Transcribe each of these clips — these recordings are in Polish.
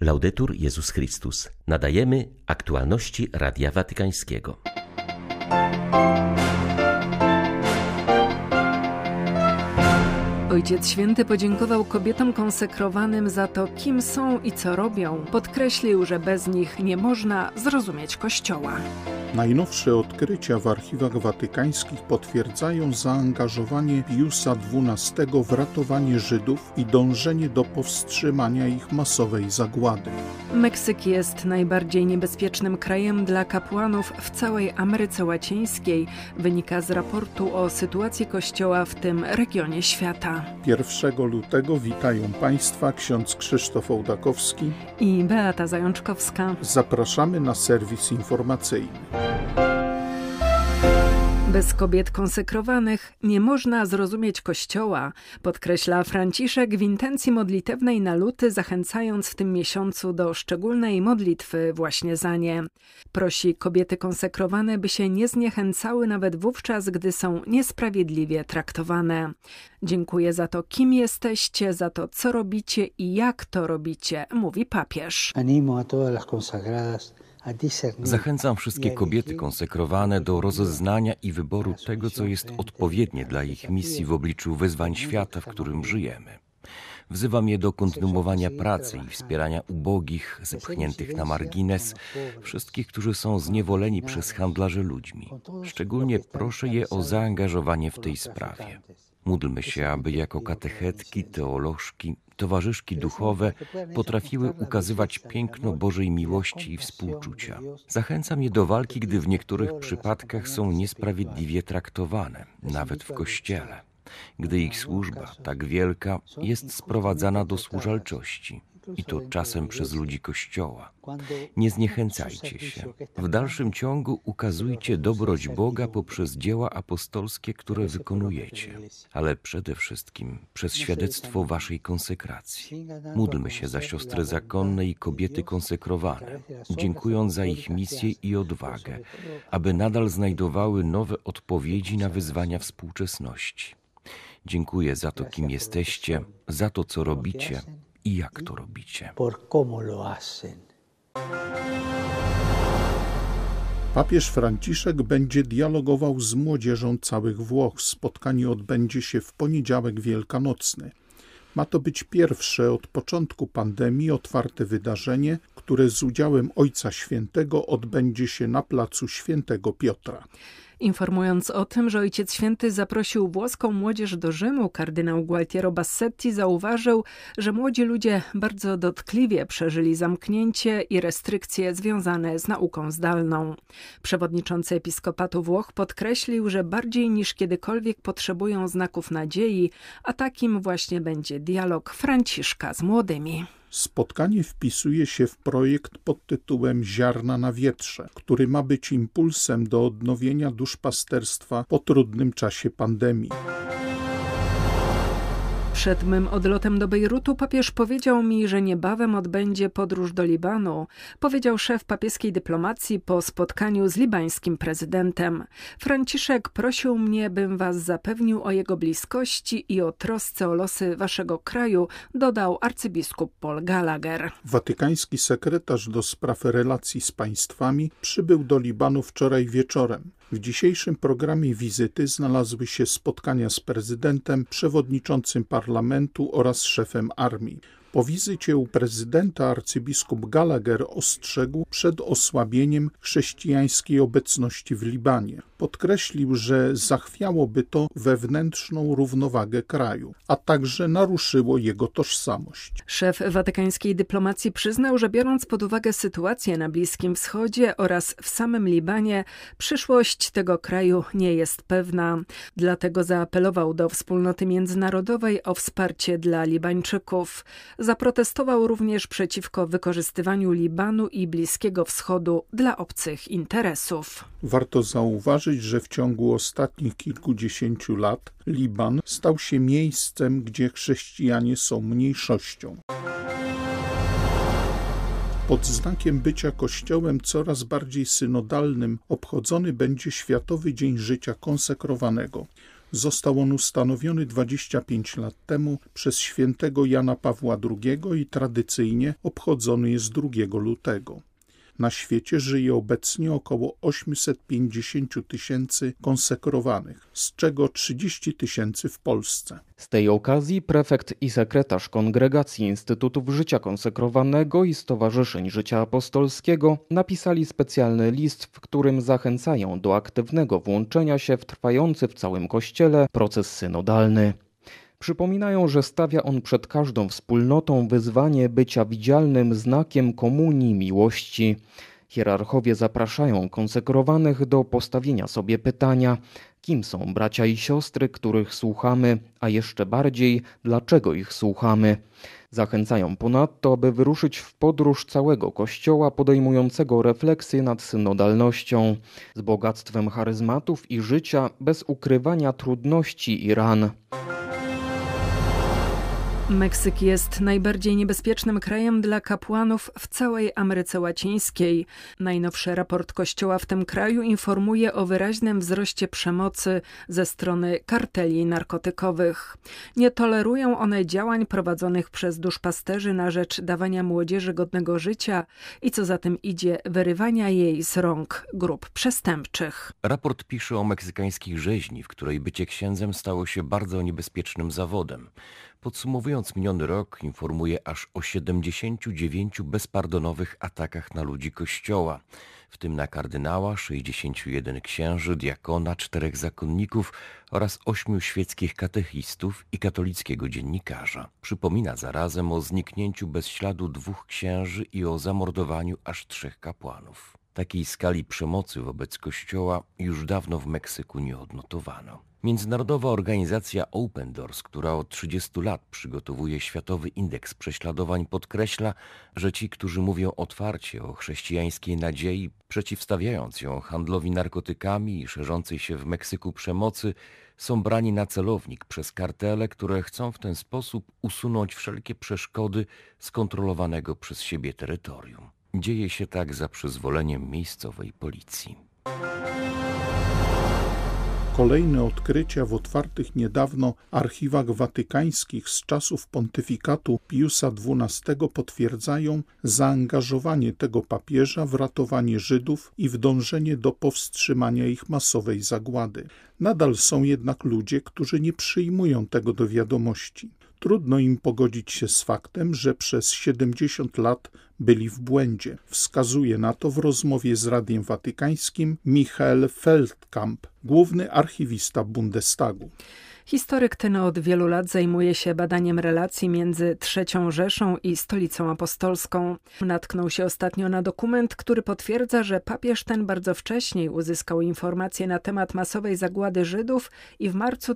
Laudetur Jezus Chrystus. Nadajemy aktualności Radia Watykańskiego. Ojciec Święty podziękował kobietom konsekrowanym za to, kim są i co robią. Podkreślił, że bez nich nie można zrozumieć Kościoła. Najnowsze odkrycia w archiwach watykańskich potwierdzają zaangażowanie Piusa XII w ratowanie Żydów i dążenie do powstrzymania ich masowej zagłady. Meksyk jest najbardziej niebezpiecznym krajem dla kapłanów w całej Ameryce Łacińskiej, wynika z raportu o sytuacji Kościoła w tym regionie świata. 1 lutego witają Państwa ksiądz Krzysztof Ołdakowski i Beata Zajączkowska. Zapraszamy na serwis informacyjny. Bez kobiet konsekrowanych nie można zrozumieć Kościoła, podkreśla Franciszek w intencji modlitewnej na luty, zachęcając w tym miesiącu do szczególnej modlitwy właśnie za nie. Prosi kobiety konsekrowane, by się nie zniechęcały nawet wówczas, gdy są niesprawiedliwie traktowane. Dziękuję za to, kim jesteście, za to, co robicie i jak to robicie, mówi papież. Zachęcam wszystkie kobiety konsekrowane do rozeznania i wyboru tego, co jest odpowiednie dla ich misji w obliczu wyzwań świata, w którym żyjemy. Wzywam je do kontynuowania pracy i wspierania ubogich, zepchniętych na margines, wszystkich, którzy są zniewoleni przez handlarzy ludźmi. Szczególnie proszę je o zaangażowanie w tej sprawie. Módlmy się, aby jako katechetki, teolożki, towarzyszki duchowe potrafiły ukazywać piękno Bożej miłości i współczucia. Zachęcam je do walki, gdy w niektórych przypadkach są niesprawiedliwie traktowane, nawet w Kościele, gdy ich służba, tak wielka, jest sprowadzana do służalczości. I to czasem przez ludzi Kościoła. Nie zniechęcajcie się. W dalszym ciągu ukazujcie dobroć Boga poprzez dzieła apostolskie, które wykonujecie, ale przede wszystkim przez świadectwo waszej konsekracji. Módlmy się za siostry zakonne i kobiety konsekrowane, dziękując za ich misję i odwagę, aby nadal znajdowały nowe odpowiedzi na wyzwania współczesności. Dziękuję za to, kim jesteście, za to, co robicie i jak to robicie. Papież Franciszek będzie dialogował z młodzieżą całych Włoch. Spotkanie odbędzie się w poniedziałek wielkanocny. Ma to być pierwsze od początku pandemii otwarte wydarzenie, które z udziałem Ojca Świętego odbędzie się na placu Świętego Piotra. Informując o tym, że Ojciec Święty zaprosił włoską młodzież do Rzymu, kardynał Gualtiero Bassetti zauważył, że młodzi ludzie bardzo dotkliwie przeżyli zamknięcie i restrykcje związane z nauką zdalną. Przewodniczący Episkopatu Włoch podkreślił, że bardziej niż kiedykolwiek potrzebują znaków nadziei, a takim właśnie będzie dialog Franciszka z młodymi. Spotkanie wpisuje się w projekt pod tytułem Ziarna na wietrze, który ma być impulsem do odnowienia duszpasterstwa po trudnym czasie pandemii. Przed mym odlotem do Bejrutu papież powiedział mi, że niebawem odbędzie podróż do Libanu, powiedział szef papieskiej dyplomacji po spotkaniu z libańskim prezydentem. Franciszek prosił mnie, bym was zapewnił o jego bliskości i o trosce o losy waszego kraju, dodał arcybiskup Paul Gallagher. Watykański sekretarz do spraw relacji z państwami przybył do Libanu wczoraj wieczorem. W dzisiejszym programie wizyty znalazły się spotkania z prezydentem, przewodniczącym parlamentu oraz szefem armii. Po wizycie u prezydenta arcybiskup Gallagher ostrzegł przed osłabieniem chrześcijańskiej obecności w Libanie. Podkreślił, że zachwiałoby to wewnętrzną równowagę kraju, a także naruszyło jego tożsamość. Szef watykańskiej dyplomacji przyznał, że biorąc pod uwagę sytuację na Bliskim Wschodzie oraz w samym Libanie, przyszłość tego kraju nie jest pewna. Dlatego zaapelował do wspólnoty międzynarodowej o wsparcie dla Libańczyków. Zaprotestował również przeciwko wykorzystywaniu Libanu i Bliskiego Wschodu dla obcych interesów. Warto zauważyć, że w ciągu ostatnich kilkudziesięciu lat Liban stał się miejscem, gdzie chrześcijanie są mniejszością. Pod znakiem bycia Kościołem coraz bardziej synodalnym obchodzony będzie Światowy Dzień Życia Konsekrowanego. Został on ustanowiony 25 lat temu przez świętego Jana Pawła II i tradycyjnie obchodzony jest 2 lutego. Na świecie żyje obecnie około 850 000 konsekrowanych, z czego 30 000 w Polsce. Z tej okazji prefekt i sekretarz Kongregacji Instytutów Życia Konsekrowanego i Stowarzyszeń Życia Apostolskiego napisali specjalny list, w którym zachęcają do aktywnego włączenia się w trwający w całym Kościele proces synodalny. Przypominają, że stawia on przed każdą wspólnotą wyzwanie bycia widzialnym znakiem komunii miłości. Hierarchowie zapraszają konsekrowanych do postawienia sobie pytania, kim są bracia i siostry, których słuchamy, a jeszcze bardziej, dlaczego ich słuchamy. Zachęcają ponadto, aby wyruszyć w podróż całego Kościoła podejmującego refleksję nad synodalnością, z bogactwem charyzmatów i życia, bez ukrywania trudności i ran. Meksyk jest najbardziej niebezpiecznym krajem dla kapłanów w całej Ameryce Łacińskiej. Najnowszy raport Kościoła w tym kraju informuje o wyraźnym wzroście przemocy ze strony karteli narkotykowych. Nie tolerują one działań prowadzonych przez duszpasterzy na rzecz dawania młodzieży godnego życia i co za tym idzie, wyrywania jej z rąk grup przestępczych. Raport pisze o meksykańskiej rzeźni, w której bycie księdzem stało się bardzo niebezpiecznym zawodem. Podsumowując miniony rok, informuje aż o 79 bezpardonowych atakach na ludzi Kościoła, w tym na kardynała, 61 księży, diakona, 4 zakonników oraz 8 świeckich katechistów i katolickiego dziennikarza. Przypomina zarazem o zniknięciu bez śladu 2 księży i o zamordowaniu aż 3 kapłanów. Takiej skali przemocy wobec Kościoła już dawno w Meksyku nie odnotowano. Międzynarodowa organizacja Open Doors, która od 30 lat przygotowuje Światowy Indeks Prześladowań, podkreśla, że ci, którzy mówią otwarcie o chrześcijańskiej nadziei, przeciwstawiając ją handlowi narkotykami i szerzącej się w Meksyku przemocy, są brani na celownik przez kartele, które chcą w ten sposób usunąć wszelkie przeszkody z kontrolowanego przez siebie terytorium. Dzieje się tak za przyzwoleniem miejscowej policji. Kolejne odkrycia w otwartych niedawno archiwach watykańskich z czasów pontyfikatu Piusa XII potwierdzają zaangażowanie tego papieża w ratowanie Żydów i w dążenie do powstrzymania ich masowej zagłady. Nadal są jednak ludzie, którzy nie przyjmują tego do wiadomości. Trudno im pogodzić się z faktem, że przez 70 lat byli w błędzie. Wskazuje na to w rozmowie z Radiem Watykańskim Michael Feldkamp, główny archiwista Bundestagu. Historyk ten od wielu lat zajmuje się badaniem relacji między III Rzeszą i Stolicą Apostolską. Natknął się ostatnio na dokument, który potwierdza, że papież ten bardzo wcześniej uzyskał informacje na temat masowej zagłady Żydów i w marcu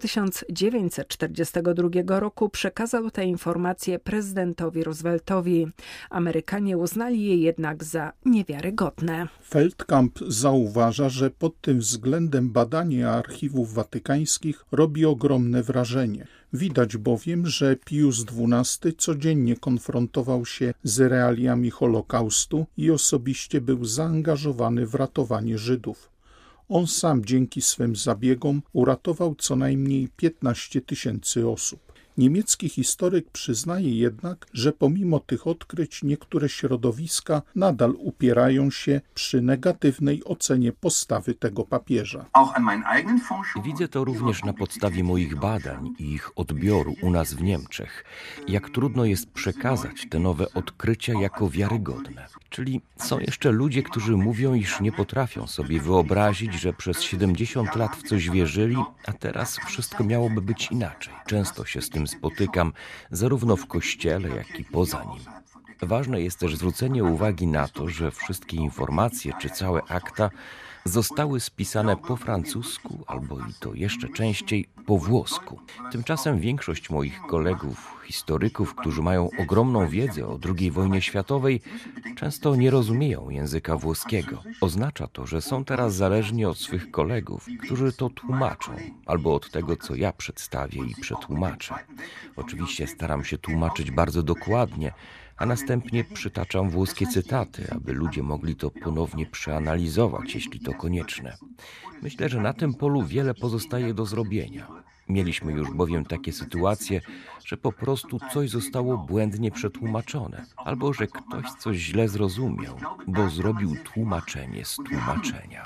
1942 roku przekazał te informacje prezydentowi Rooseveltowi. Amerykanie uznali je jednak za niewiarygodne. Feldkamp zauważa, że pod tym względem badanie archiwów watykańskich robi ogromne wrażenie. Widać bowiem, że Pius XII codziennie konfrontował się z realiami Holokaustu i osobiście był zaangażowany w ratowanie Żydów. On sam dzięki swym zabiegom uratował co najmniej 15 000 osób. Niemiecki historyk przyznaje jednak, że pomimo tych odkryć niektóre środowiska nadal upierają się przy negatywnej ocenie postawy tego papieża. Widzę to również na podstawie moich badań i ich odbioru u nas w Niemczech. Jak trudno jest przekazać te nowe odkrycia jako wiarygodne. Czyli są jeszcze ludzie, którzy mówią, iż nie potrafią sobie wyobrazić, że przez 70 lat w coś wierzyli, a teraz wszystko miałoby być inaczej. Często się z tym spotykam, zarówno w kościele, jak i poza nim. Ważne jest też zwrócenie uwagi na to, że wszystkie informacje czy całe akta zostały spisane po francusku, albo i to jeszcze częściej po włosku. Tymczasem większość moich kolegów, historyków, którzy mają ogromną wiedzę o II wojnie światowej, często nie rozumieją języka włoskiego. Oznacza to, że są teraz zależni od swych kolegów, którzy to tłumaczą, albo od tego, co ja przedstawię i przetłumaczę. Oczywiście staram się tłumaczyć bardzo dokładnie, a następnie przytaczam włoskie cytaty, aby ludzie mogli to ponownie przeanalizować, jeśli to konieczne. Myślę, że na tym polu wiele pozostaje do zrobienia. Mieliśmy już bowiem takie sytuacje, że po prostu coś zostało błędnie przetłumaczone, albo że ktoś coś źle zrozumiał, bo zrobił tłumaczenie z tłumaczenia.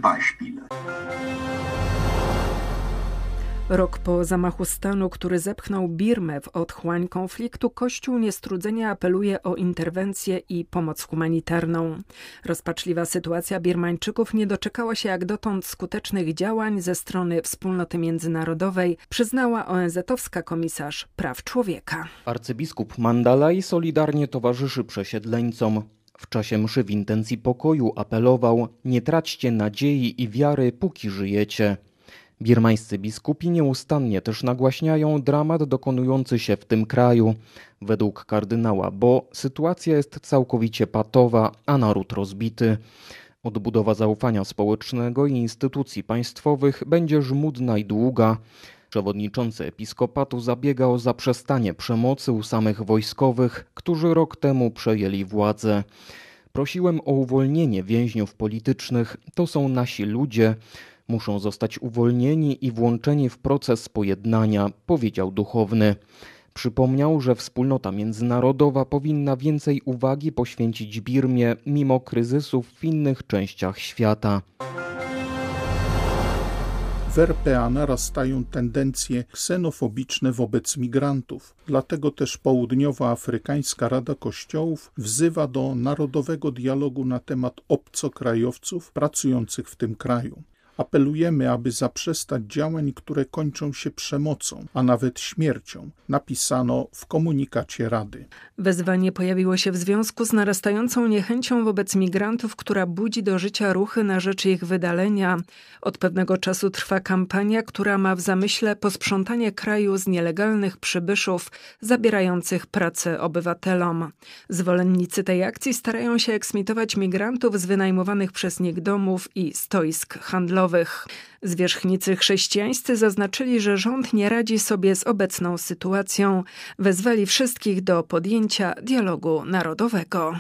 Rok po zamachu stanu, który zepchnął Birmę w otchłań konfliktu, Kościół niestrudzenie apeluje o interwencję i pomoc humanitarną. Rozpaczliwa sytuacja Birmańczyków nie doczekała się jak dotąd skutecznych działań ze strony wspólnoty międzynarodowej, przyznała ONZ-owska komisarz praw człowieka. Arcybiskup Mandalay solidarnie towarzyszy przesiedleńcom. W czasie mszy w intencji pokoju apelował: nie traćcie nadziei i wiary, póki żyjecie. Birmańscy biskupi nieustannie też nagłaśniają dramat dokonujący się w tym kraju. Według kardynała Bo sytuacja jest całkowicie patowa, a naród rozbity. Odbudowa zaufania społecznego i instytucji państwowych będzie żmudna i długa. Przewodniczący episkopatu zabiega o zaprzestanie przemocy u samych wojskowych, którzy rok temu przejęli władzę. Prosiłem o uwolnienie więźniów politycznych. To są nasi ludzie. Muszą zostać uwolnieni i włączeni w proces pojednania, powiedział duchowny. Przypomniał, że wspólnota międzynarodowa powinna więcej uwagi poświęcić Birmie mimo kryzysów w innych częściach świata. W RPA narastają tendencje ksenofobiczne wobec migrantów. Dlatego też Południowoafrykańska Rada Kościołów wzywa do narodowego dialogu na temat obcokrajowców pracujących w tym kraju. Apelujemy, aby zaprzestać działań, które kończą się przemocą, a nawet śmiercią, napisano w komunikacie Rady. Wezwanie pojawiło się w związku z narastającą niechęcią wobec migrantów, która budzi do życia ruchy na rzecz ich wydalenia. Od pewnego czasu trwa kampania, która ma w zamyśle posprzątanie kraju z nielegalnych przybyszów zabierających pracę obywatelom. Zwolennicy tej akcji starają się eksmitować migrantów z wynajmowanych przez nich domów i stoisk handlowych. Zwierzchnicy chrześcijańscy zaznaczyli, że rząd nie radzi sobie z obecną sytuacją. Wezwali wszystkich do podjęcia dialogu narodowego.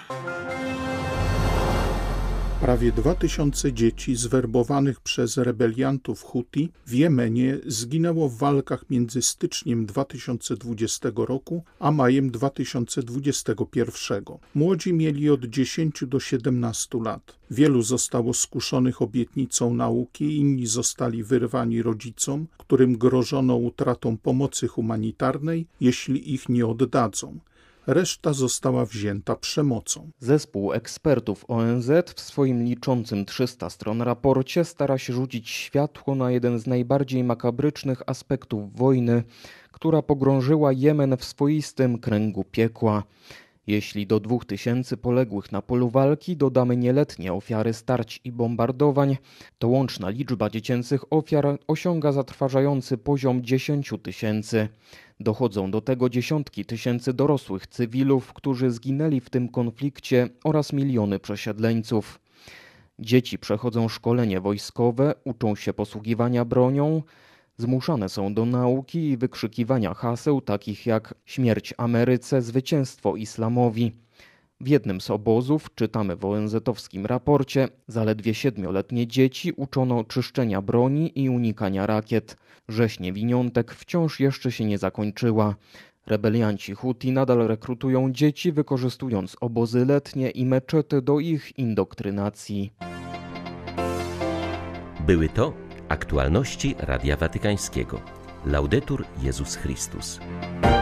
Prawie 2000 dzieci zwerbowanych przez rebeliantów Huti w Jemenie zginęło w walkach między styczniem 2020 roku a majem 2021. Młodzi mieli od 10 do 17 lat. Wielu zostało skuszonych obietnicą nauki, inni zostali wyrwani rodzicom, którym grożono utratą pomocy humanitarnej, jeśli ich nie oddadzą. Reszta została wzięta przemocą. Zespół ekspertów ONZ w swoim liczącym 300 stron raporcie stara się rzucić światło na jeden z najbardziej makabrycznych aspektów wojny, która pogrążyła Jemen w swoistym kręgu piekła. Jeśli do 2000 poległych na polu walki dodamy nieletnie ofiary starć i bombardowań, to łączna liczba dziecięcych ofiar osiąga zatrważający poziom 10 000. Dochodzą do tego dziesiątki tysięcy dorosłych cywilów, którzy zginęli w tym konflikcie, oraz miliony przesiedleńców. Dzieci przechodzą szkolenie wojskowe, uczą się posługiwania bronią, zmuszane są do nauki i wykrzykiwania haseł takich jak śmierć Ameryce, zwycięstwo islamowi. W jednym z obozów, czytamy w ONZ-owskim raporcie, zaledwie 7-letnie dzieci uczono czyszczenia broni i unikania rakiet. Rzeź niewiniątek wciąż jeszcze się nie zakończyła. Rebelianci Huti nadal rekrutują dzieci, wykorzystując obozy letnie i meczety do ich indoktrynacji. Były to aktualności Radia Watykańskiego. Laudetur Jezus Chrystus.